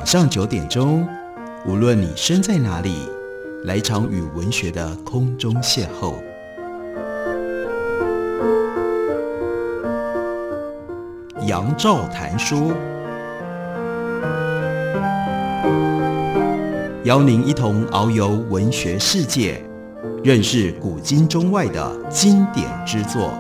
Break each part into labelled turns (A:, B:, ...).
A: 晚上9点钟，无论你身在哪里，来一场与文学的空中邂逅。杨照谈书，邀您一同遨游文学世界，认识古今中外的经典之作。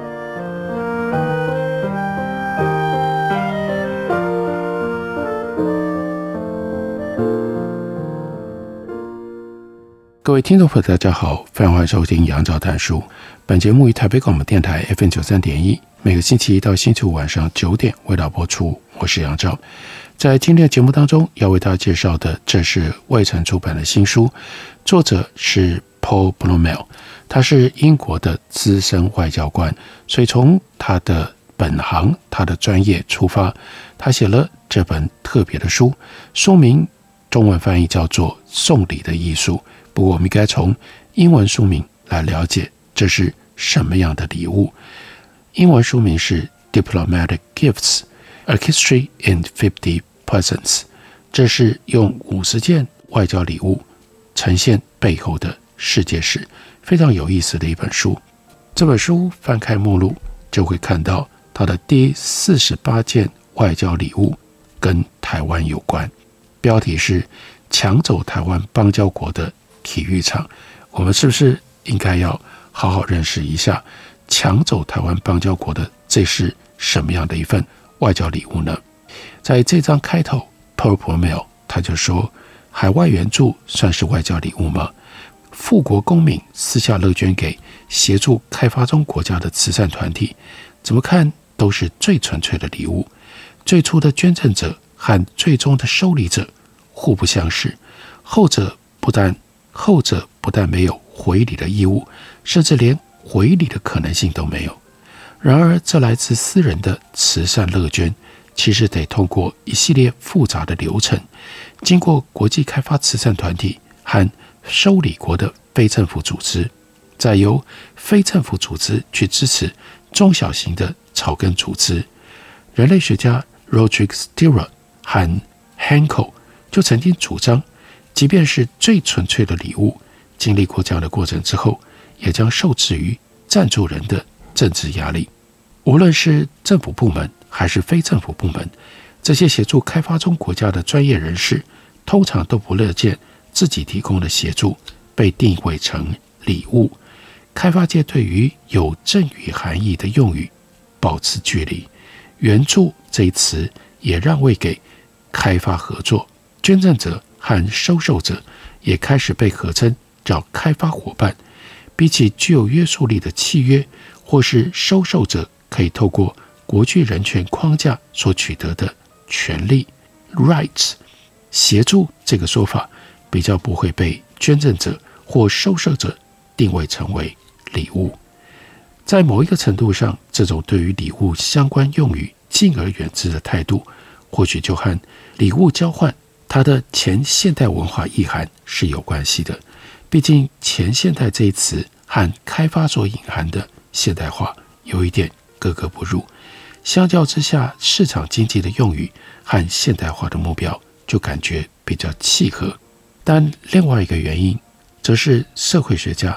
B: 各位听众朋友大家好，非常欢迎收听杨照谈书。本节目于台北广播电台 FM 93.1，每个星期一到星期五晚上9点为大家播出。我是杨照。在今天的节目当中要为大家介绍的，这是卫城出版的新书，作者是 Paul Blomel， 他是英国的资深外交官，所以从他的本行他的专业出发，他写了这本特别的书，书名中文翻译叫做《送礼的艺术》。不过我们应该从英文书名来了解这是什么样的礼物。英文书名是 Diplomatic Gifts, A History in 50 Presents， 这是用50件外交礼物呈现背后的世界史，非常有意思的一本书。这本书翻开目录就会看到它的第48件外交礼物跟台湾有关，标题是抢走台湾邦交国的体育场。我们是不是应该要好好认识一下抢走台湾邦交国的这是什么样的一份外交礼物呢？在这章开头 Paul Blomel 他就说，海外援助算是外交礼物吗？富国公民私下乐捐给协助开发中国家的慈善团体，怎么看都是最纯粹的礼物。最初的捐赠者和最终的收礼者互不相识，后者不但没有回礼的义务，甚至连回礼的可能性都没有。然而这来自私人的慈善乐捐其实得通过一系列复杂的流程，经过国际开发慈善团体和收礼国的非政府组织，再由非政府组织去支持中小型的草根组织。人类学家 Roderick Stewart 和 Henkel 就曾经主张，即便是最纯粹的礼物，经历过这样的过程之后，也将受制于赞助人的政治压力。无论是政府部门还是非政府部门，这些协助开发中国家的专业人士通常都不乐见自己提供的协助被定位成礼物。开发界对于有赠与含义的用语保持距离，援助这一词也让位给开发合作，捐赠者和收受者也开始被合称叫开发伙伴。比起具有约束力的契约，或是收受者可以透过国际人权框架所取得的权利 rights， 协助这个说法比较不会被捐赠者或收受者定位成为礼物。在某一个程度上，这种对于礼物相关用语敬而远之的态度，或许就和礼物交换它的前现代文化意涵是有关系的。毕竟前现代这一词和开发所隐含的现代化有一点格格不入，相较之下，市场经济的用语和现代化的目标就感觉比较契合。但另外一个原因则是社会学家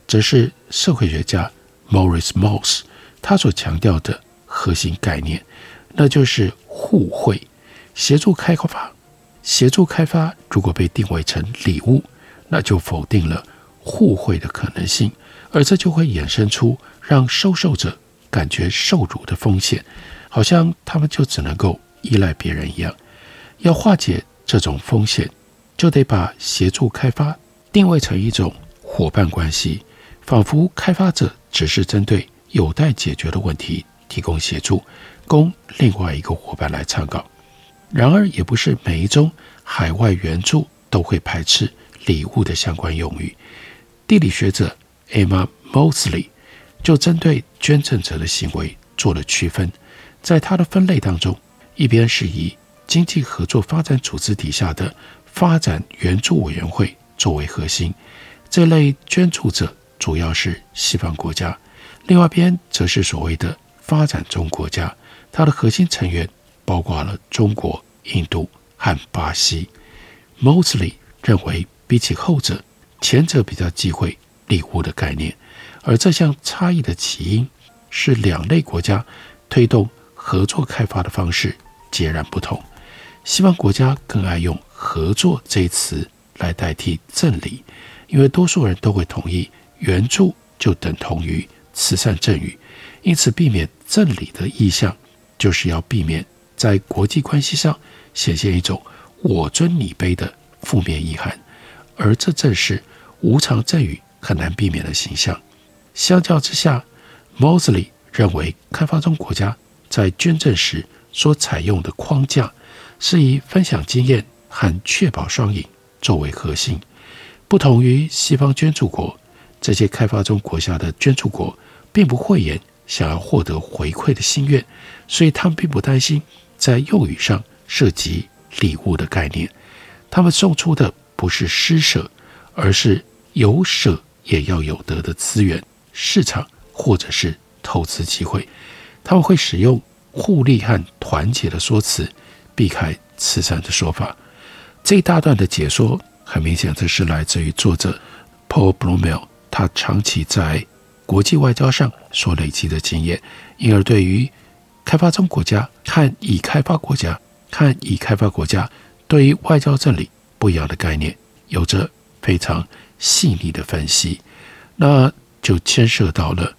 B: Maurice Moss 他所强调的核心概念，那就是互惠。协助开发如果被定位成礼物，那就否定了互惠的可能性，而这就会衍生出让收受者感觉受辱的风险，好像他们就只能够依赖别人一样。要化解这种风险，就得把协助开发定位成一种伙伴关系，仿佛开发者只是针对有待解决的问题提供协助，供另外一个伙伴来参考。然而也不是每一宗海外援助都会排斥礼物的相关用语。地理学者 Emma Mosley 就针对捐赠者的行为做了区分。在他的分类当中，一边是以经济合作发展组织底下的发展援助委员会作为核心，这类捐助者主要是西方国家；另外一边则是所谓的发展中国家，它的核心成员包括了中国、印度、 和巴西。Mosley 认为，比起后者，前者比较忌讳礼物的概念，而这项差异的起因是两类国家推动合作开发的方式截然不同。西方国家更爱用合作这一词来代替赠礼，因为多数人都会同意援助就等同于慈善赠与，因此避免赠礼的意向就是要避免在国际关系上显现一种我尊你卑的负面意涵，而这正是无偿赠与很难避免的形象。相较之下， Mosley 认为开发中国家在捐赠时所采用的框架是以分享经验和确保双赢作为核心。不同于西方捐助国，这些开发中国家的捐助国并不讳言想要获得回馈的心愿，所以他们并不担心在用语上涉及礼物的概念。他们送出的不是施舍，而是有舍也要有得的资源、市场或者是投资机会。他们会使用互利和团结的说辞，避开慈善的说法。这一大段的解说很明显，这是来自于作者 Paul Blumel 他长期在国际外交上所累积的经验，因而对于开发中国家和已开发国家对于外交政理不一样的概念有着非常细腻的分析。那就牵涉到了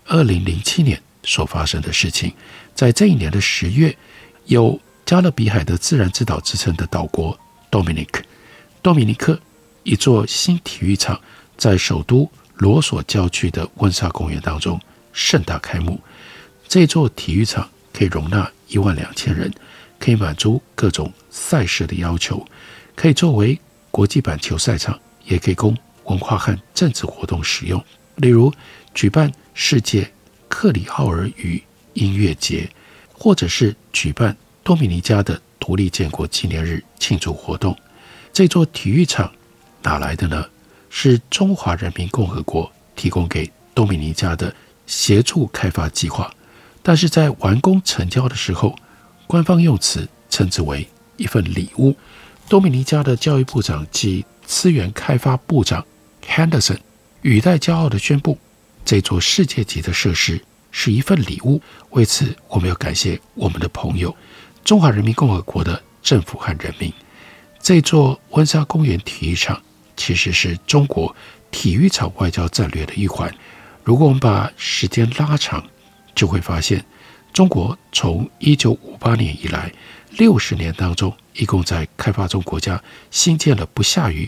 B: 2007年所发生的事情。在这一年的10月，有加勒比海的自然之岛之称的岛国多米尼克一座新体育场在首都罗索郊区的温莎公园当中盛大开幕。这座体育场可以容纳12000人，可以满足各种赛事的要求，可以作为国际版球赛场，也可以供文化和政治活动使用，例如举办世界克里奥尔语音乐节，或者是举办多米尼加的独立建国纪念日庆祝活动。这座体育场哪来的呢？是中华人民共和国提供给多米尼加的协助开发计划，但是在完工成交的时候，官方用词称之为一份礼物。多米尼加的教育部长及资源开发部长 Henderson 语带骄傲地宣布，这座世界级的设施是一份礼物，为此我们要感谢我们的朋友中华人民共和国的政府和人民。这座温莎公园体育场其实是中国体育场外交战略的一环。如果我们把时间拉长，就会发现中国从1958年以来60年当中，一共在开发中国家新建了不下于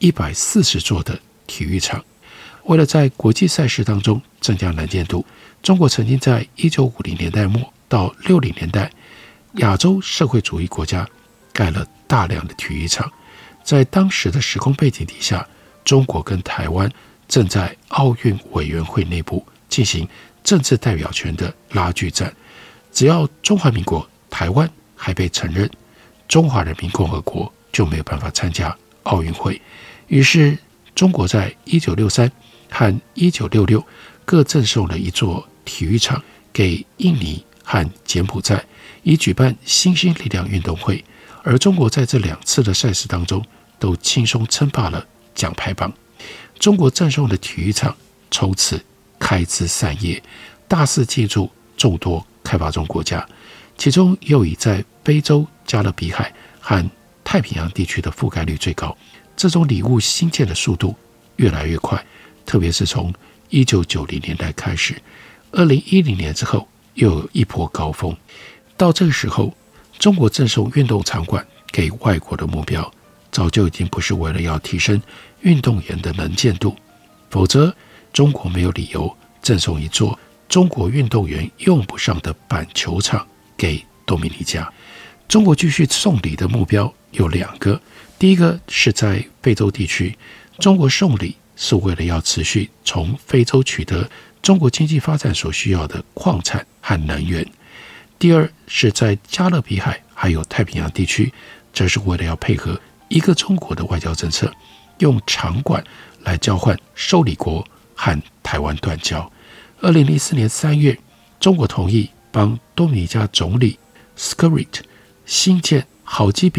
B: 140座的体育场。为了在国际赛事当中增加能见度，中国曾经在1950年代末到60年代，亚洲社会主义国家盖了大量的体育场。在当时的时空背景底下，中国跟台湾正在奥运委员会内部进行政治代表权的拉锯战。只要中华民国台湾还被承认，中华人民共和国就没有办法参加奥运会。于是中国在1963和1966各赠送了一座体育场给印尼和柬埔寨，以举办新兴力量运动会。而中国在这2次的赛事当中都轻松称霸了奖牌榜。中国赠送的体育场从此开枝散叶，大肆进驻众多开发中国家，其中又以在非洲加勒比海和太平洋地区的覆盖率最高。这种礼物兴建的速度越来越快，特别是从1990年代开始，2010年之后又有一波高峰。到这个时候，中国赠送运动场馆给外国的目标早就已经不是为了要提升运动员的能见度，否则中国没有理由赠送一座中国运动员用不上的板球场给多米尼加。中国继续送礼的目标有2个，第一个是在非洲地区，中国送礼是为了要持续从非洲取得中国经济发展所需要的矿产和能源。第二是在加勒比海还有太平洋地区，这是为了要配合一个中国的外交政策，用场馆来交换受礼国和台湾断交。2004年3月，中国同意帮多米尼加总理 Skerrit 新建好几笔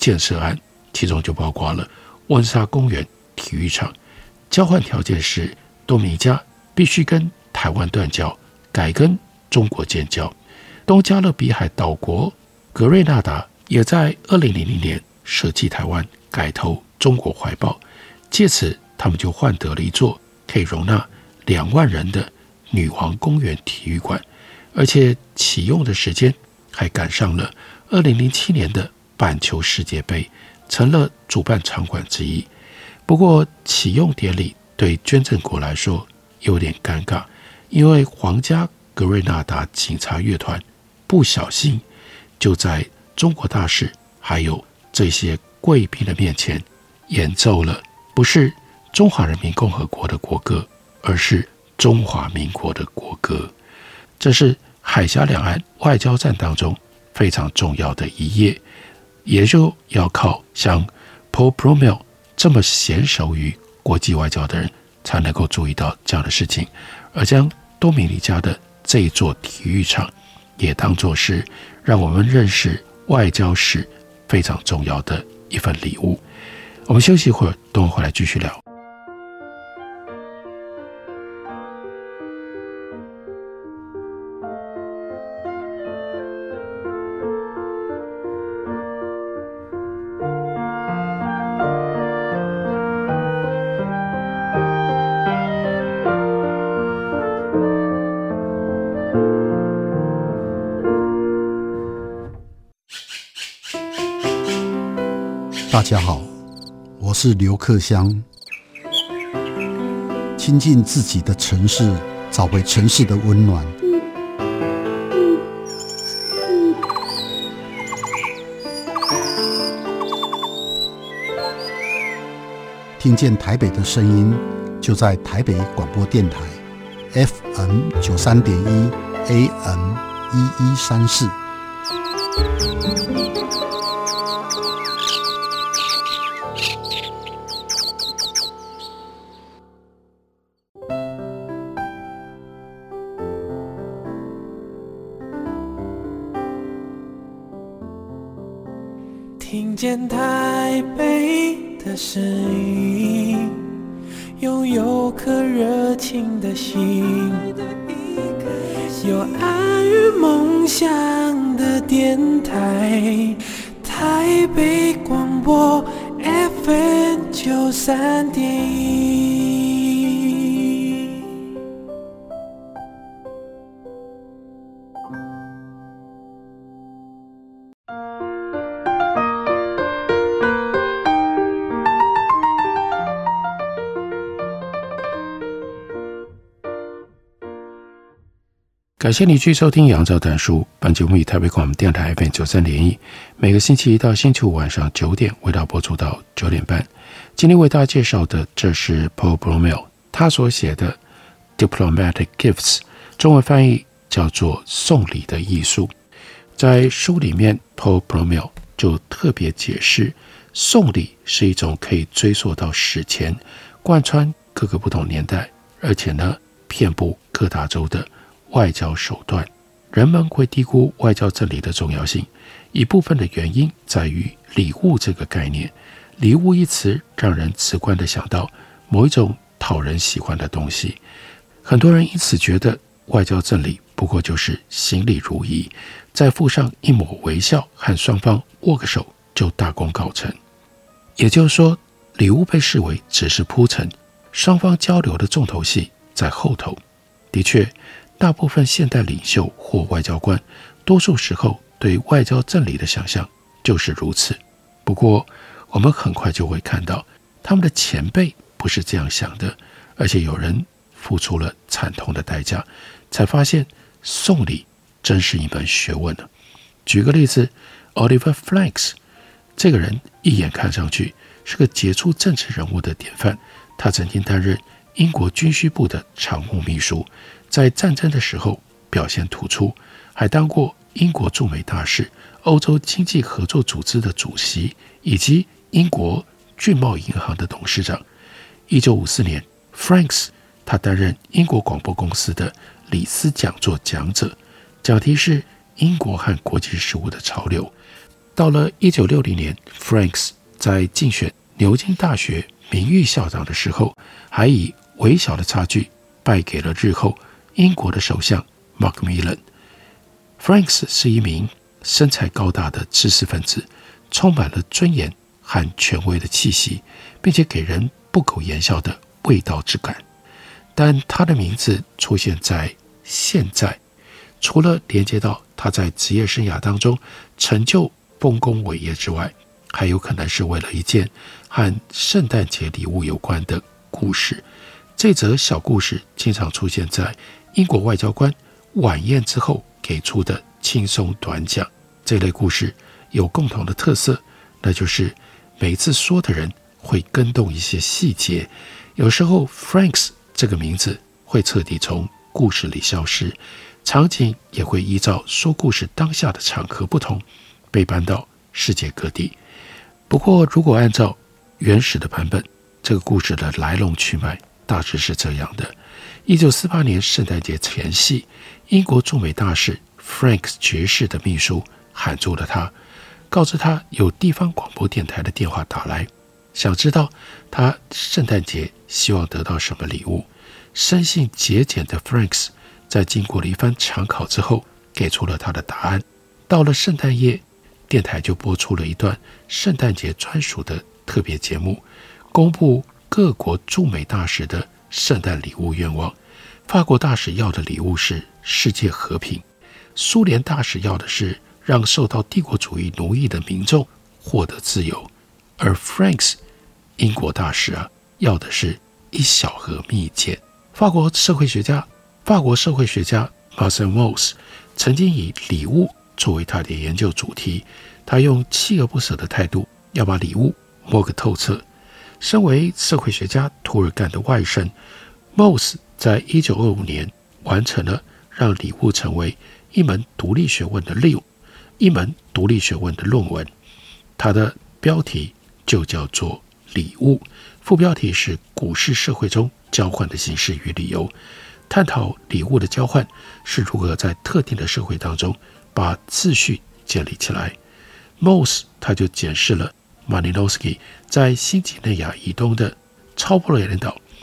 B: 建设案，其中就包括了温莎公园体育场。交换条件是多米尼加必须跟台湾断交，改跟中国建交。东加勒比海岛国格瑞纳达也在2000年舍弃台湾，改投中国怀抱，借此他们就换得了一座可以容纳2万人的女皇公园体育馆，而且启用的时间还赶上了2007年的板球世界杯，成了主办场馆之一。不过启用典礼对捐赠国来说有点尴尬，因为皇家格瑞纳达警察乐团不小心就在中国大使还有这些贵宾的面前演奏了不是中华人民共和国的国歌，而是中华民国的国歌。这是海峡两岸外交战当中非常重要的一页，也就要靠像 Paul Bromell 这么娴熟于国际外交的人才能够注意到这样的事情，而将多米尼加的这一座体育场也当作是让我们认识外交史非常重要的一份礼物。我们休息一会儿，等我回来继续聊。
C: 大家好，我是刘克襄。亲近自己的城市，找回城市的温暖。听见台北的声音，就在台北广播电台 FM 93.1 AM 1134。
D: 听见台北的声音，拥有颗热情的心，有爱与梦想的电台，台北广播 FM 93.1。
B: 感谢你继续收听杨照谈书，本节目以台北广播电台 FM 93.1，每个星期一到星期五晚上9点为大家播出到9点半。今天为大家介绍的，这是 Paul Bromell 他所写的 Diplomatic Gifts， 中文翻译叫做送礼的艺术。在书里面 Paul Bromell 就特别解释，送礼是一种可以追溯到史前，贯穿各个不同年代，而且呢遍布各大洲的外交手段。人们会低估外交赠礼的重要性，一部分的原因在于礼物这个概念。礼物一词让人直观地想到某一种讨人喜欢的东西，很多人因此觉得外交赠礼不过就是行礼如仪，再附上一抹微笑和双方握个手就大功告成。也就是说，礼物被视为只是铺陈，双方交流的重头戏在后头。的确，大部分现代领袖或外交官多数时候对外交赠礼的想象就是如此。不过我们很快就会看到，他们的前辈不是这样想的，而且有人付出了惨痛的代价，才发现送礼真是一门学问呢。举个例子， Oliver Franks 这个人一眼看上去是个杰出政治人物的典范，他曾经担任英国军需部的常务秘书，在战争的时候表现突出，还当过英国驻美大使、欧洲经济合作组织的主席，以及英国俊茂银行的董事长。1954年 Franks 他担任英国广播公司的李斯讲座讲者，讲题是英国和国际事务的潮流。 到了1960年 Franks 在竞选牛津大学名誉校长的时候，还以微小的差距败给了日后英国的首相 Macmillan。 Franks 是一名身材高大的知识分子，充满了尊严和权威的气息，并且给人不苟言笑的味道之感。但他的名字出现在现在，除了连接到他在职业生涯当中成就丰功伟业之外，还有可能是为了一件和圣诞节礼物有关的故事。这则小故事经常出现在英国外交官晚宴之后给出的轻松短讲。这类故事有共同的特色，那就是每次说的人会跟动一些细节。有时候 Franks 这个名字会彻底从故事里消失，场景也会依照说故事当下的场合不同，被搬到世界各地。不过如果按照原始的版本，这个故事的来龙去脉大致是这样的。1948年圣诞节前夕，英国驻美大使 Franks 爵士的秘书喊住了他，告知他有地方广播电台的电话打来，想知道他圣诞节希望得到什么礼物。生性节俭的 Franks 在经过了一番长考之后，给出了他的答案。到了圣诞夜，电台就播出了一段圣诞节专属的特别节目，公布各国驻美大使的圣诞礼物愿望。法国大使要的礼物是世界和平，苏联大使要的是让受到帝国主义奴役的民众获得自由，而 Franks 英国大使要的是一小盒蜜饯。法国社会学家 Marcel Mauss 曾经以礼物作为他的研究主题，他用锲而不舍的态度要把礼物摸个透彻。身为社会学家涂尔干的外甥， Mauss 在1925年完成了让礼物成为一门独立学问的论文，它的标题就叫做礼物，副标题是古式社会中交换的形式与理由，探讨礼物的交换是如何在特定的社会当中把秩序建立起来。 Mauss 他就检视了马尼诺斯基在新几内亚以东的超波连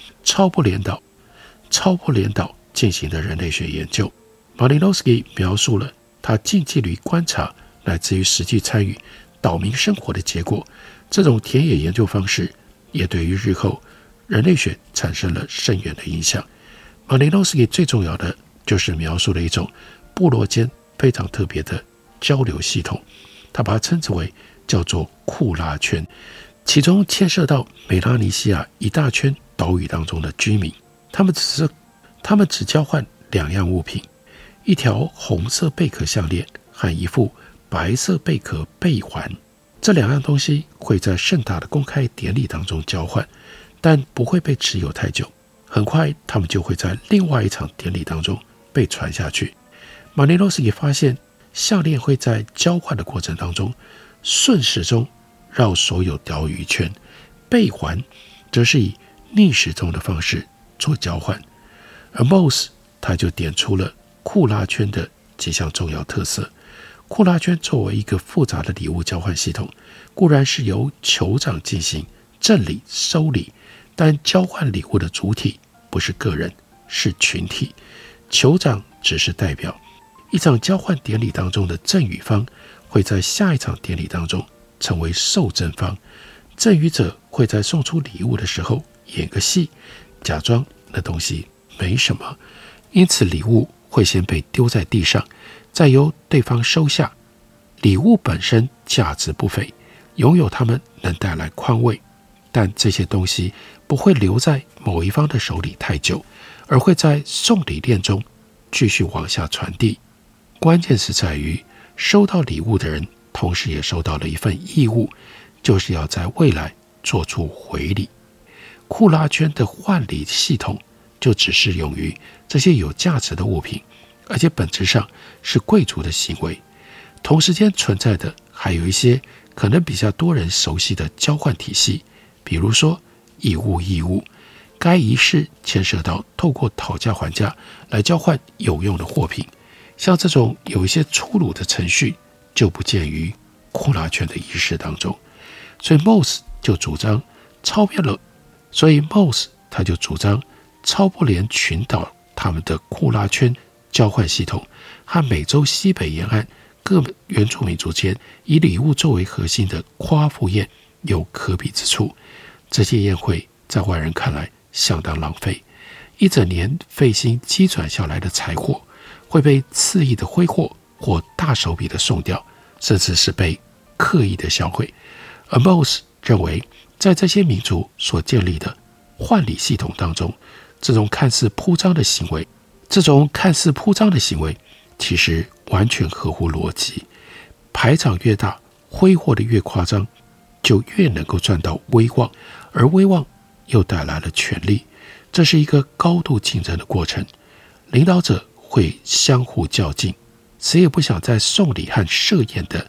B: 岛进行的人类学研究。马尼诺斯基描述了他近距离观察乃至于实际参与岛民生活的结果，这种田野研究方式也对于日后人类学产生了深远的影响。马尼诺斯基最重要的就是描述了一种部落间非常特别的交流系统，他把它称之为叫做库拉圈，其中牵涉到美拉尼西亚一大圈岛屿当中的居民，他们只交换2样物品，一条红色贝壳项链和一副白色贝壳背环。这2样东西会在盛大的公开典礼当中交换，但不会被持有太久，很快他们就会在另外一场典礼当中被传下去。马尼诺斯基发现项链会在交换的过程当中顺时钟绕所有岛屿一圈，背环则是以逆时钟的方式做交换。而 Mauss 他就点出了库拉圈的几项重要特色。库拉圈作为一个复杂的礼物交换系统，固然是由酋长进行赠礼收礼，但交换礼物的主体不是个人，是群体。酋长只是代表。一场交换典礼当中的赠与方会在下一场典礼当中成为受赠方，赠与者会在送出礼物的时候演个戏，假装那东西没什么，因此礼物会先被丢在地上，再由对方收下。礼物本身价值不菲，拥有它们能带来宽慰，但这些东西不会留在某一方的手里太久，而会在送礼链中继续往下传递。关键是在于收到礼物的人同时也收到了一份义务，就是要在未来做出回礼。库拉圈的换礼系统就只适用于这些有价值的物品，而且本质上是贵族的行为。同时间存在的还有一些可能比较多人熟悉的交换体系，比如说以物易物，该仪式牵涉到透过讨价还价来交换有用的货品。像这种有一些粗鲁的程序就不见于库拉圈的仪式当中。所以 Moss 就主张超波连群岛他们的库拉圈交换系统和美洲西北沿岸各原住民族间以礼物作为核心的夸父宴有可比之处。这些宴会在外人看来相当浪费，一整年费心积攒下来的财货会被恣意的挥霍或大手笔的送掉，甚至是被刻意的销毁。而 Moss 认为，在这些民族所建立的换礼系统当中，这种看似铺张的行为其实完全合乎逻辑。排场越大，挥霍的越夸张，就越能够赚到威望，而威望又带来了权力。这是一个高度竞争的过程，领导者会相互较劲，谁也不想在送礼和设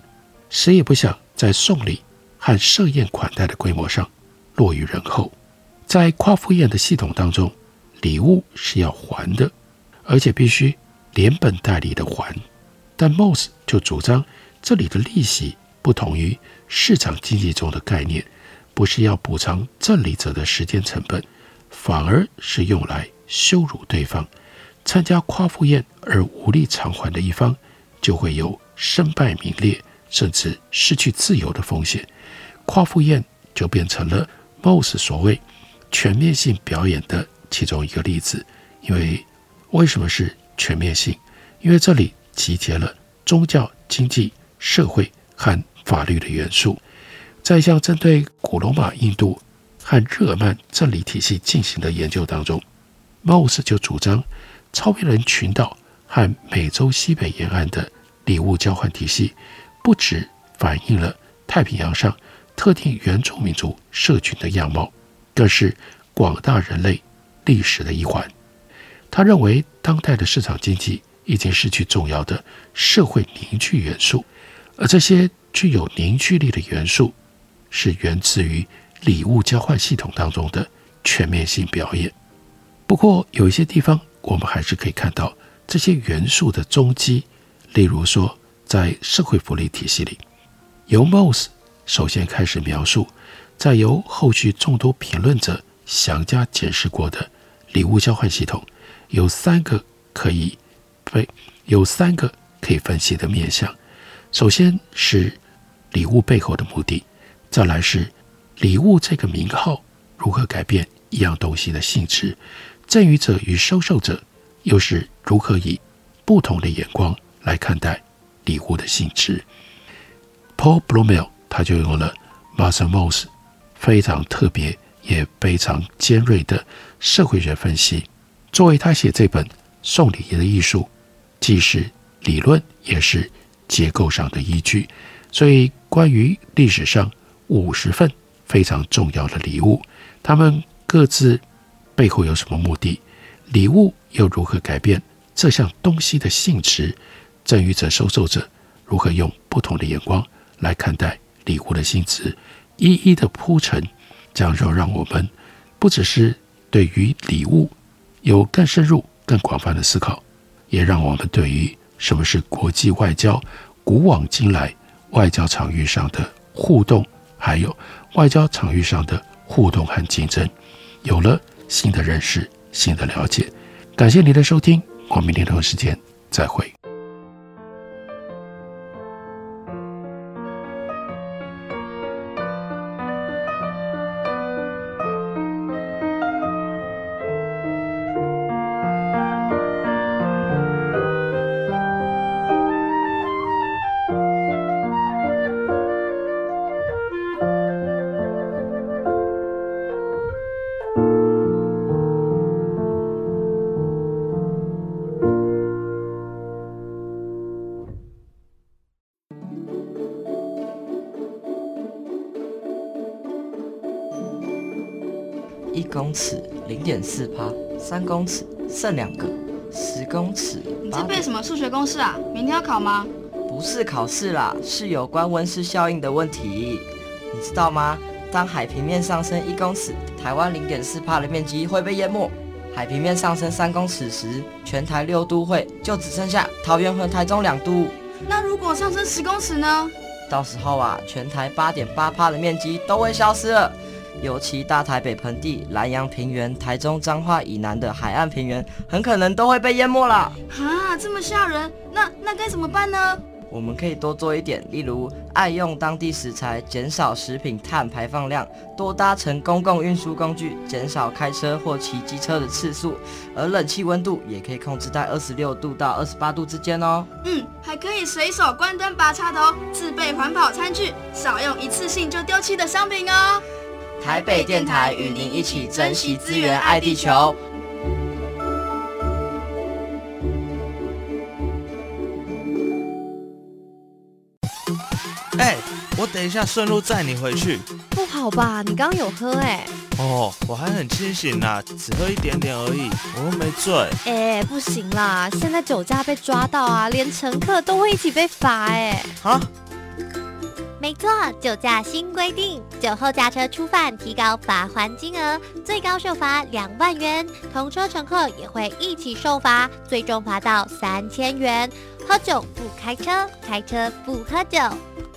B: 宴款待的规模上落于人后。在夸父宴的系统当中，礼物是要还的，而且必须连本带利的还。但 Moss 就主张，这里的利息不同于市场经济中的概念，不是要补偿赠礼者的时间成本，反而是用来羞辱对方。参加夸父宴而无力偿还的一方，就会有身败名裂，甚至失去自由的风险。夸父宴就变成了 Moss 所谓全面性表演的其中一个例子。为什么是全面性？因为这里集结了宗教、经济、社会和法律的元素。在一项针对古罗马、印度和日耳曼政理体系进行的研究当中， Moss 就主张超波连群岛和美洲西北沿岸的礼物交换体系，不只反映了太平洋上特定原住民族社群的样貌，更是广大人类历史的一环。他认为，当代的市场经济已经失去重要的社会凝聚元素，而这些具有凝聚力的元素是源自于礼物交换系统当中的全面性表演。不过有一些地方我们还是可以看到这些元素的踪迹，例如说在社会福利体系里，由 Moss 首先开始描述，再由后续众多评论者详加检视过的礼物交换系统，有三个可以分析的面向。首先是礼物背后的目的，再来是礼物这个名号如何改变一样东西的性质，赠予者与收受者又是如何以不同的眼光来看待礼物的性质。 Paul Blomel 他就用了 Martha Moss 非常特别也非常尖锐的社会学分析，作为他写这本送礼的艺术既是理论也是结构上的依据。所以关于历史上50份非常重要的礼物，他们各自背后有什么目的，礼物又如何改变这项东西的性质，赠予者收受者如何用不同的眼光来看待礼物的性质，一一的铺陈，这样就让我们不只是对于礼物有更深入更广泛的思考，也让我们对于什么是国际外交古往今来外交场域上的互动，还有外交场域上的互动和竞争，有了新的认识，新的了解。感谢您的收听，我们明天同一时间再会。
E: 1公尺 0.4%，3公尺剩2个，10公尺。
F: 你在背什么数学公式啊？明天要考吗？
E: 不是考试啦，是有关温室效应的问题。你知道吗？当海平面上升1公尺，台湾 0.4% 的面积会被淹没；海平面上升3公尺时，全台6都会就只剩下桃园和台中2都。
F: 那如果上升10公尺呢？
E: 到时候啊，全台8.8%的面积都会消失了。尤其大台北盆地、南阳平原、台中彰化以南的海岸平原，很可能都会被淹没了。
F: 哈，这么吓人，那该怎么办呢？
E: 我们可以多做一点，例如爱用当地食材，减少食品碳排放量，多搭乘公共运输工具，减少开车或骑机车的次数，而冷气温度也可以控制在26度到28度之间哦。
F: 还可以随手关灯拔插头，自备环保餐具，少用一次性就丢弃的商品哦。
E: 台北电台与您一起珍惜资源，爱地球。
G: 我等一下顺路载你回去。
H: 不好吧？你刚刚有喝
G: 我还很清醒啦，只喝一点点而已，我又没醉。
H: 不行啦，现在酒驾被抓到啊，连乘客都会一起被罚
G: 啊？
I: 没错，酒驾新规定，酒后驾车初犯提高罚锾金额，最高受罚2万元，同车乘客也会一起受罚，最终罚到3000元。喝酒不开车，开车不喝酒。